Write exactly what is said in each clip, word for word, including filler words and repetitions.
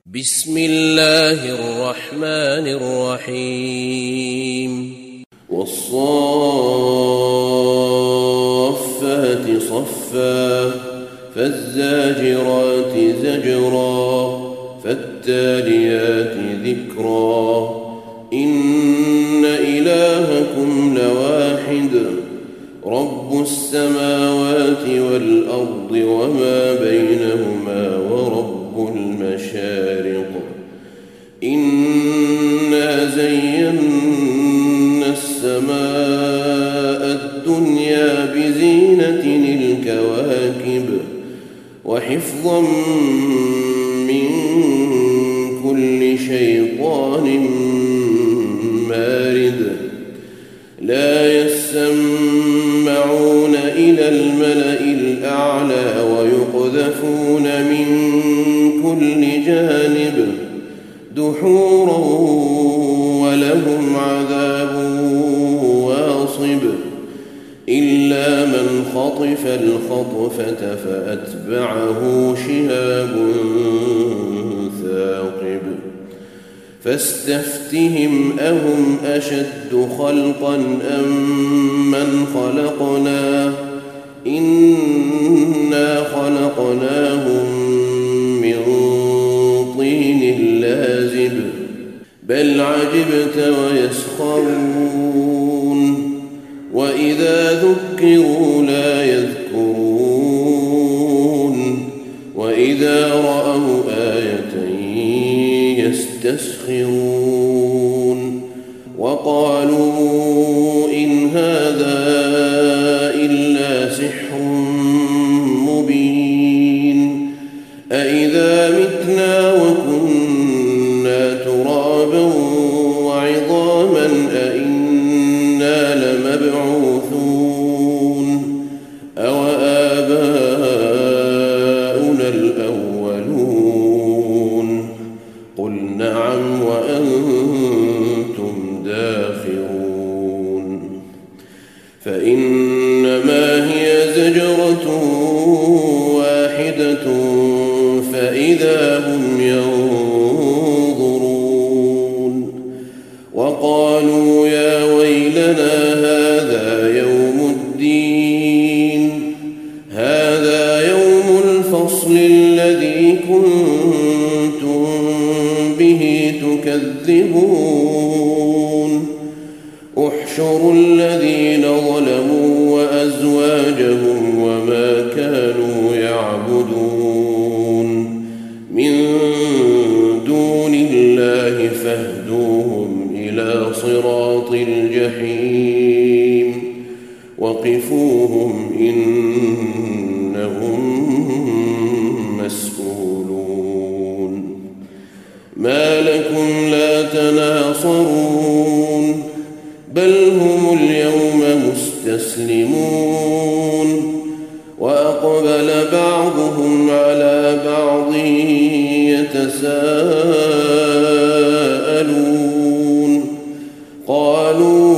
بسم الله الرحمن الرحيم والصافات صفا فالزاجرات زجرا فالتاليات ذكرا إن إلهكم لواحد رب السماوات والأرض وما بينهما ورب المشارق إنا زينا السماء الدنيا بزينة الكواكب وحفظا من كل شيطان مارد لا يسمعون إلى الملأ الأعلى ويقذفون من كل جانب دحورا ولهم عذاب واصب إلا من خطف الخطفة فأتبعه شهاب ثاقب فاستفتهم أهم أشد خلقا أم من خلقنا إنا خلقناهم من طين لازب بل عجبت ويسخرون وإذا ذكروا لا يذكرون وإذا رأوا آية يستسخرون وقالوا إن هذا إلا سحر مبين أإذا متنا وكنا ترابا وعظاما أإنا لمبعوثون أوآباؤنا الأولون قل نعم وأنتم داخرون فإنما هي زجرة واحدة فإذا هم ينظرون وقالوا يا ويلنا هذا يوم الدين هذا يوم الفصل الذي كنتم به تكذبون احشروا الذين ظلموا وأزواجهم وما كانوا يعبدون من دون الله فاهدوهم إلى صراط الجحيم وقفوهم إنهم مسؤولون ما لكم لا تناصرون بل هم اليوم مستسلمون وأقبل بعضهم على بعض يتساءلون قالوا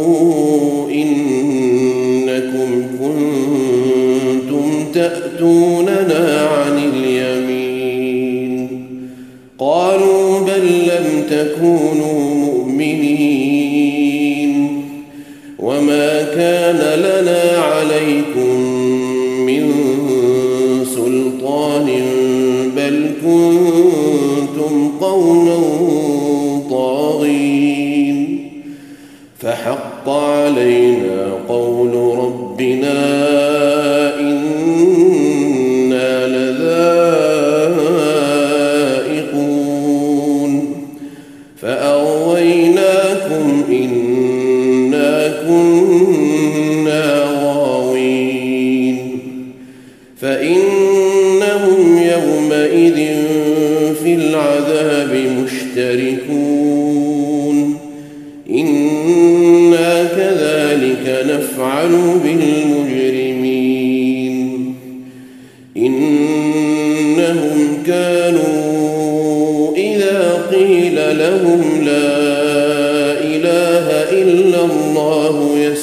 إنكم كنتم تأتوننا عن اليمين قالوا بل لم تكونوا مؤمنين وما كان لنا عليكم من سلطان بل كنتم قوما طاغين فحق علينا قول ربنا إنا لذائقون فأغويناكم إنا كنا غاوين فإنهم يومئذ في العذاب مشتركون إنا كذلك نفعل بالمجرمين إنهم كانوا إذا قيل لهم لا إله إلا الله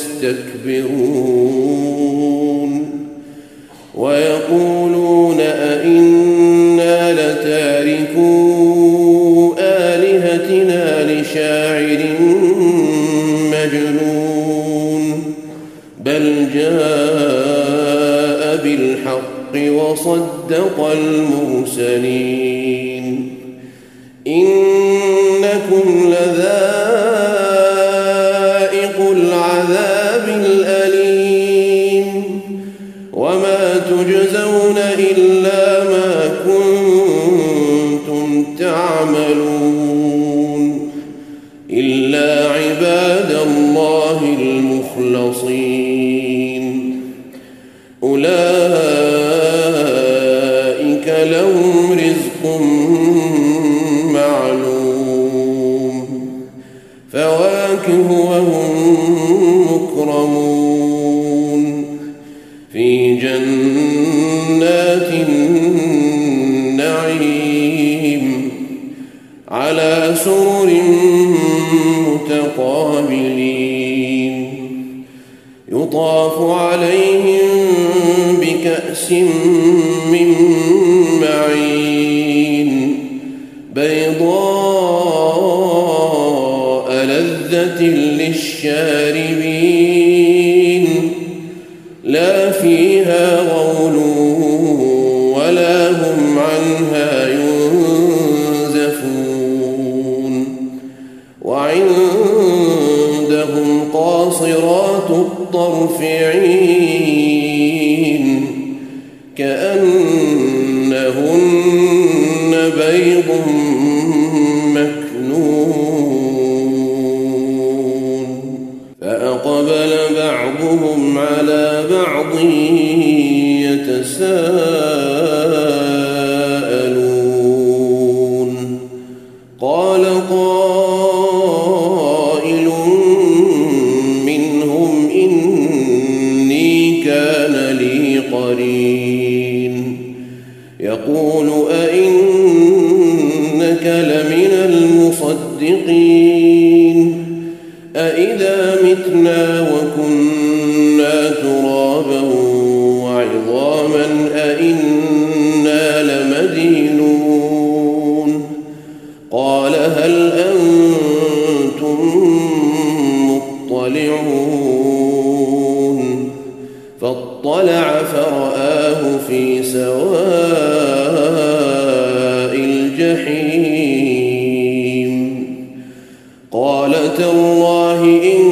يستكبرون ويقولون أئنا لتاركون آلهتنا لشاعر مجنون بل جاء بالحق وصدق المرسلين إنكم لذائق العذاب الأليم وما تجزون إلا ما كنتم تعملون إلا عباد الله المخلصين أولئك لهم رزق معلوم فواكه وهم مكرمون في جنات النعيم على سرر متقابلين يطاف عليهم بكأس من معين بيضاء لذة للشاربين لا فيها غول ولا هم عنها ينزفون وعندهم قاصرات الطرف عين كأنهن بيض مكنون فأقبل بعضهم على بعض يتساءلون قال قائل منهم إني كان لي قرين يقول أئنك لمن المصدقين أئذا متنا وكنا ترابا وعظاما أئنا لمدينون قال هل أنتم مطلعون فاطلع فرآه في سواء الجحيم قال تالله إن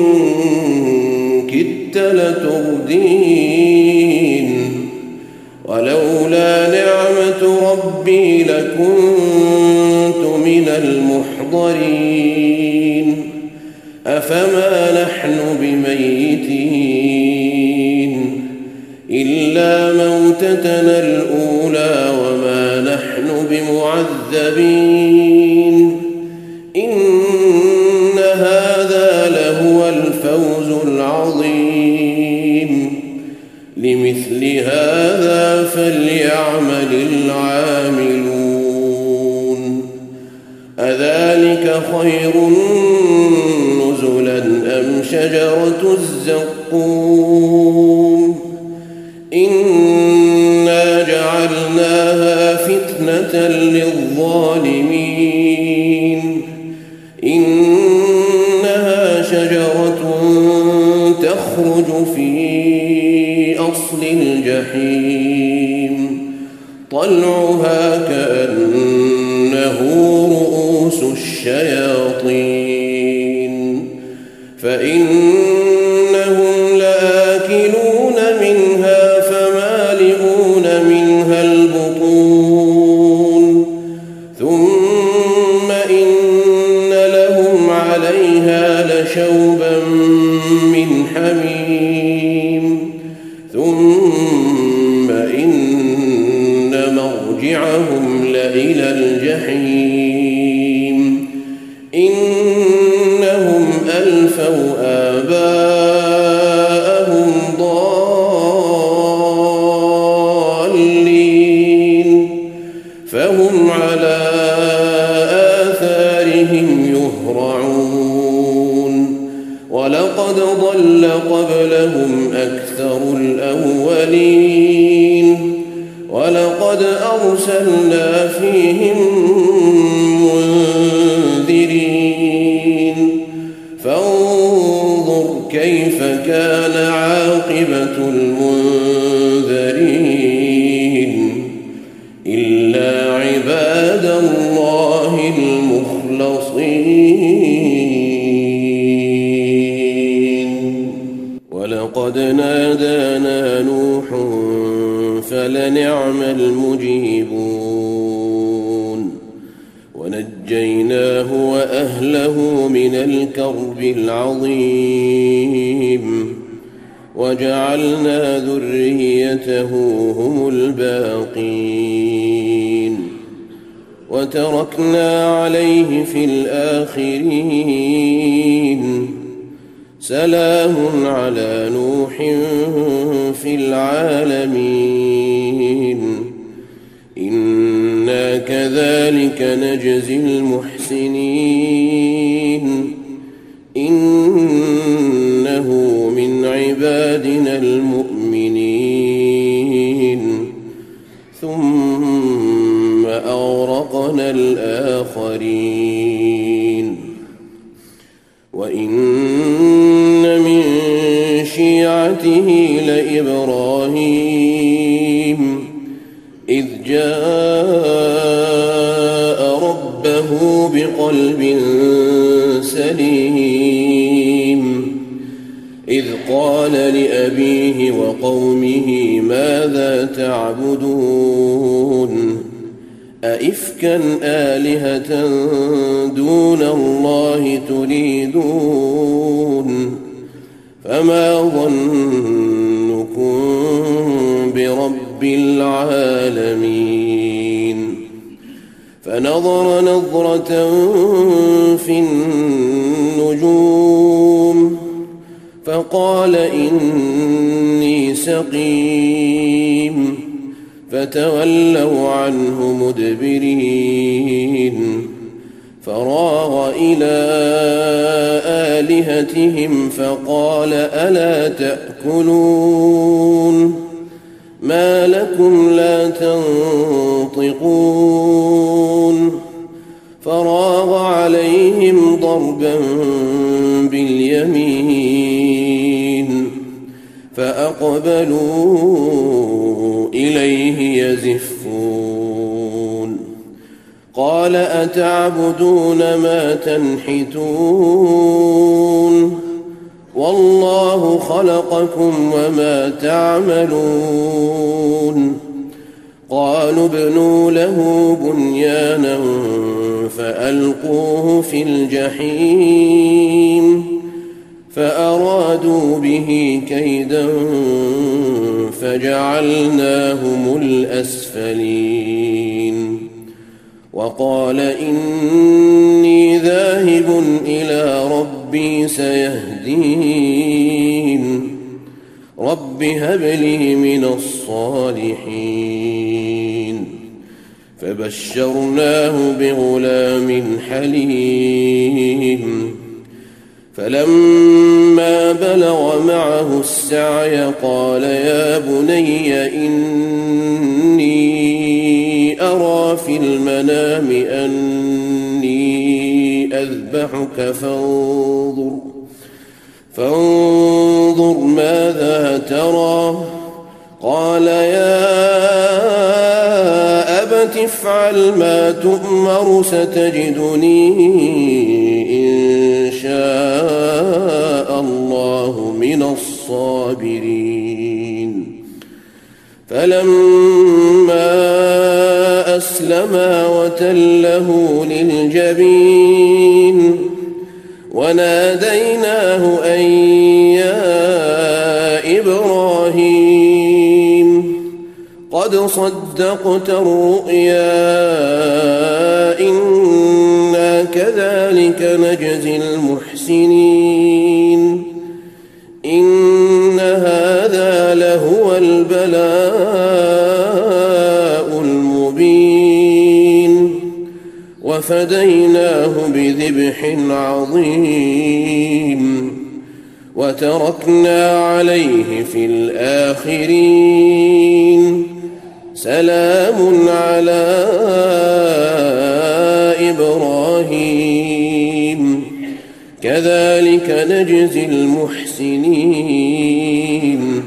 كدت لتردين ولولا نعمة ربي لكنت من المحضرين أفما نحن بميتين إلا موتتنا الأولى وما نحن بمعذبين إن هذا لهو الفوز العظيم لمثل هذا فليعمل العاملون أذلك خير نزلا أم شجرة الزقوم إنا جعلناها فتنة للظالمين إنها شجرة تخرج في أصل الجحيم طلعها كأنه رؤوس الشياطين فإنهم لآكلون منها فمالئون منها البطون ثم إن لهم عليها لشوبا من حميم ثم إن مرجعهم لإلى الجحيم إنهم ألفوا آباءهم ضالين فهم على آثارهم يهرعون ولقد ضل قبلهم أكثر الأولين ولقد أرسلنا فيهم المخلصين ولقد نادانا نوح فلنعم المجيبون ونجيناه وأهله من الكرب العظيم وجعلنا ذريته هم الباقين وتركنا عليه في الآخرين سلام على نوح في العالمين إنا كذلك نجزي المحسنين إنه من عبادنا المؤمنين ثم أغرقنا الآخرين وإن من شيعته لإبراهيم إذ جاء ربه بقلب سليم إذ قال لأبيه وقومه ماذا تعبدون أئفكا آلهة دون الله تريدون فما ظنكم برب العالمين فنظر نظرة في النجوم فقال إني سقيم فتولوا عنه مدبرين فراغ إلى آلهتهم فقال ألا تأكلون ما لكم لا تنطقون فراغ عليهم ضربا باليمين فأقبلوا إليه يزفون قال أتعبدون ما تنحتون والله خلقكم وما تعملون قالوا ابنوا له بنيانا فألقوه في الجحيم فأرادوا به كيدا فجعلناهم الأسفلين وقال إني ذاهب إلى ربي سيهدين رب هب لي من الصالحين فبشرناه بغلام حليم فلما بلغ معه السعي قال يا بني إني أرى في المنام أني أذبحك فانظر فانظر ماذا ترى قال يا أبت افعل ما تؤمر ستجدني إن شاء الله من الصابرين فلما أسلما وتله للجبين وناديناه أن يا إبراهيم قد صدقت الرؤيا إنا كذلك نجزي المحسنين إن هذا لهو البلاء المبين وفديناه بذبح عظيم وتركنا عليه في الآخرين سلام على إبراهيم كذلك نجزي المحسنين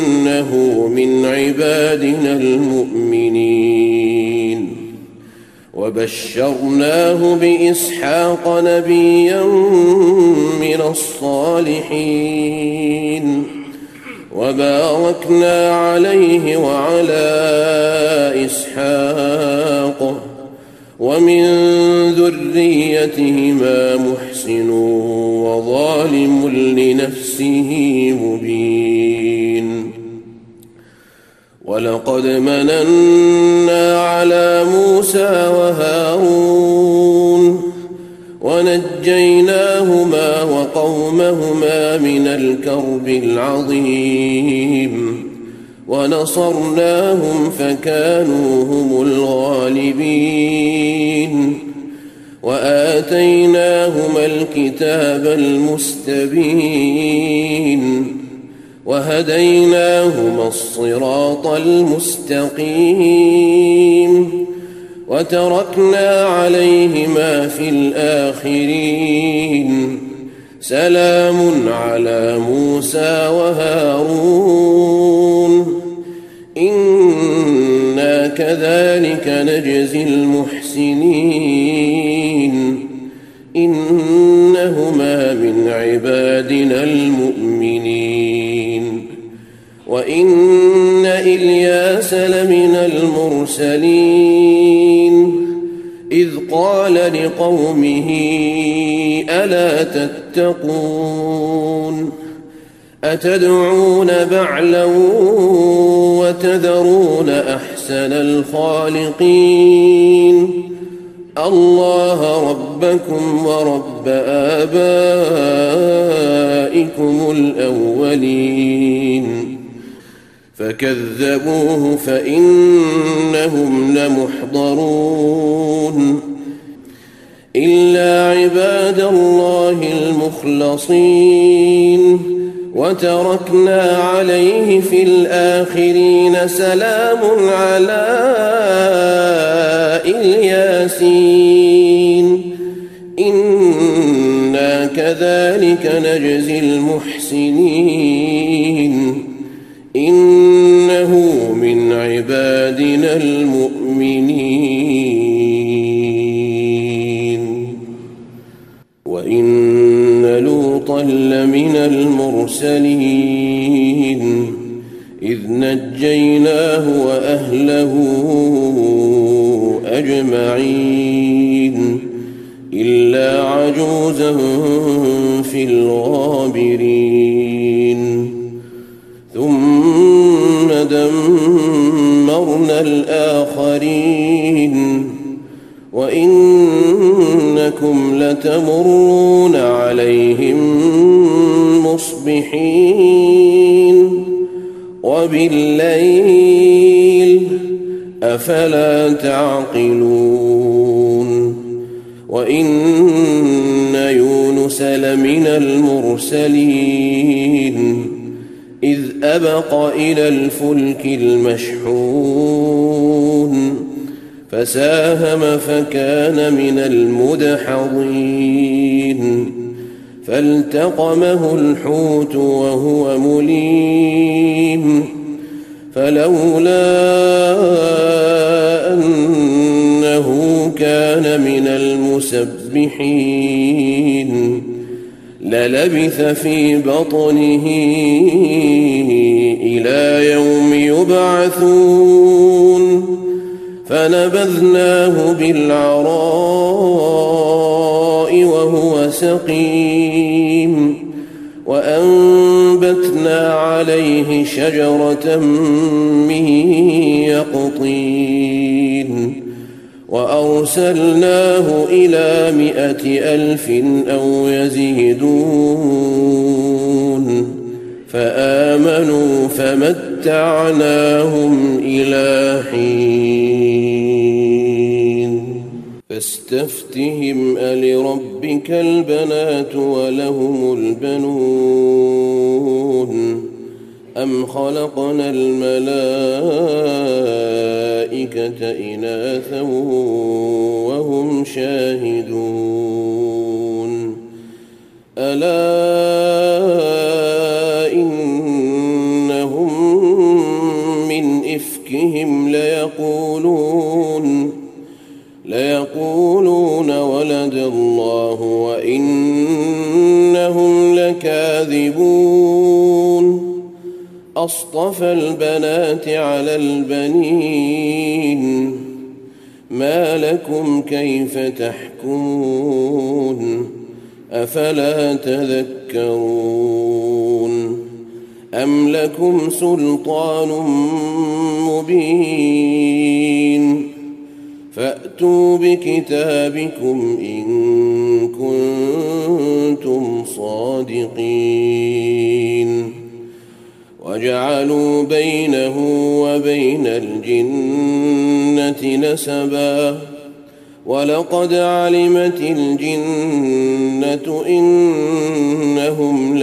إنه من عبادنا المؤمنين وبشرناه بإسحاق نبيا من الصالحين وباركنا عليه وعلى إسحاق ومن ذريتهما محسن وظالم لنفسه مبين. ولقد مننا على موسى وهارون ونجيناهما وقومهما من الكرب العظيم ونصرناهم فكانوا هم الغالبين وآتيناهما الكتاب المستبين وهديناهما الصراط المستقيم وتركنا عليهما في الآخرين سلام على موسى وهارون إنا كذلك نجزي المحسنين إنهما من عبادنا المؤمنين. وإن إلياس لمن المرسلين إذ قال لقومه ألا تتقون أتدعون بعلا وتذرون أحسن الخالقين الله ربكم ورب آبائكم الأولين فكذبوه فإنهم لمحضرون إلا عباد الله المخلصين وتركنا عليه في الآخرين سلام على الياسين إنا كذلك نجزي المحسنين إنه من عبادنا المؤمنين. وإن لوطا لمن المرسلين إذ نجيناه وأهله أجمعين إلا عجوزا في الغابرين ثم دمرنا الآخرين وإنكم لتمرون عليهم مصبحين وبالليل أفلا تعقلون. وإن يونس لمن المرسلين إذ أبق إلى الفلك المشحون فساهم فكان من المدحضين فالتقمه الحوت وهو مليم فلولا أنه كان من المسبحين للبث في بطنه إلى يوم يبعثون فنبذناه بالعراء وهو سقيم وأنبتنا عليه شجرة من يقطين وأرسلناه إلى مائة ألف أو يزيدون فآمنوا فمتعناهم إلى حين. فاستفتهم ألربك البنات ولهم البنون أم خلقنا الملائكة إناثا وهم شاهدون ألا إنهم من إفكهم ليقولون ليقولون ولد الله وإنهم لكاذبون أصطفى البنات على البنين ما لكم كيف تحكمون أفلا تذكرون أم لكم سلطان مبين فأتوا بكتابكم إن كنتم صادقين وجعلوا بينه وبين الجنة نسبا ولقد علمت الجنة إنهم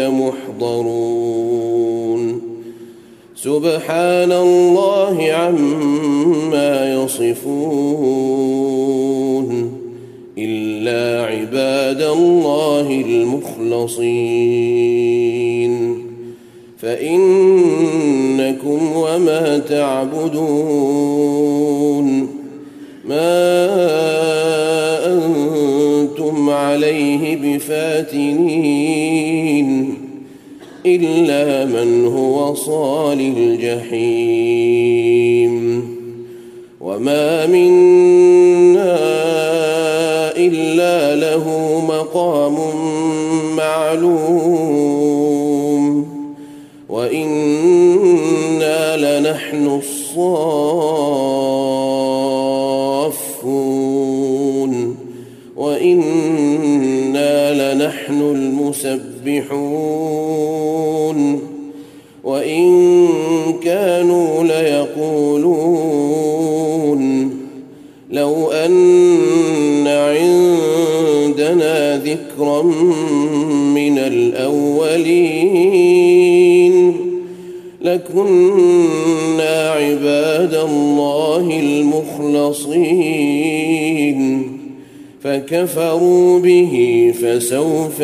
لمحضرون سبحان الله عما يصفون إلا عباد الله المخلصين فإنكم وما تعبدون ما أنتم عليه بفاتنين إلا من هو صال الجحيم وما منا إلا له مقام معلوم وإنا لنحن الصافون وإنا لنحن المسبحون وإن كانوا ليقولون لو أن عندنا ذكرا من الأولين لكنا عباد الله المخلصين فكفروا به فسوف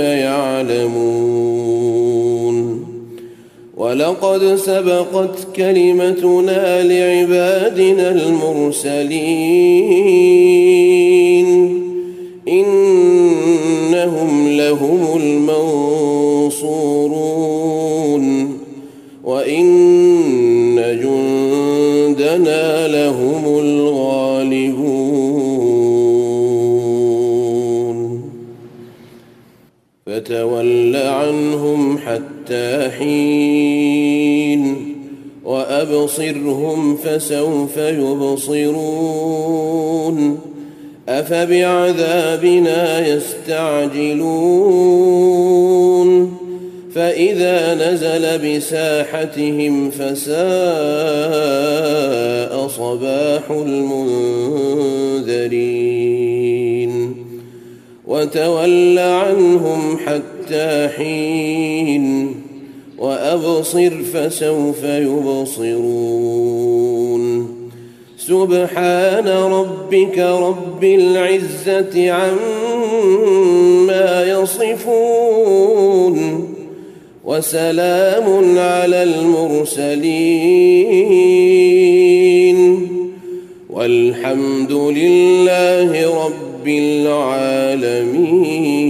يعلمون ولقد سبقت كلمتنا لعبادنا المرسلين إنهم لهم المنصورون وإن جندنا لهم الغالبون فتول عنهم حتى حين وأبصرهم فسوف يبصرون أفبعذابنا يستعجلون فإذا نزل بساحتهم فساء صباح المنذرين وتول عنهم حتى حين وأبصر فسوف يبصرون سبحان ربك رب العزة عما يصفون وسلام على المرسلين والحمد لله رب العالمين.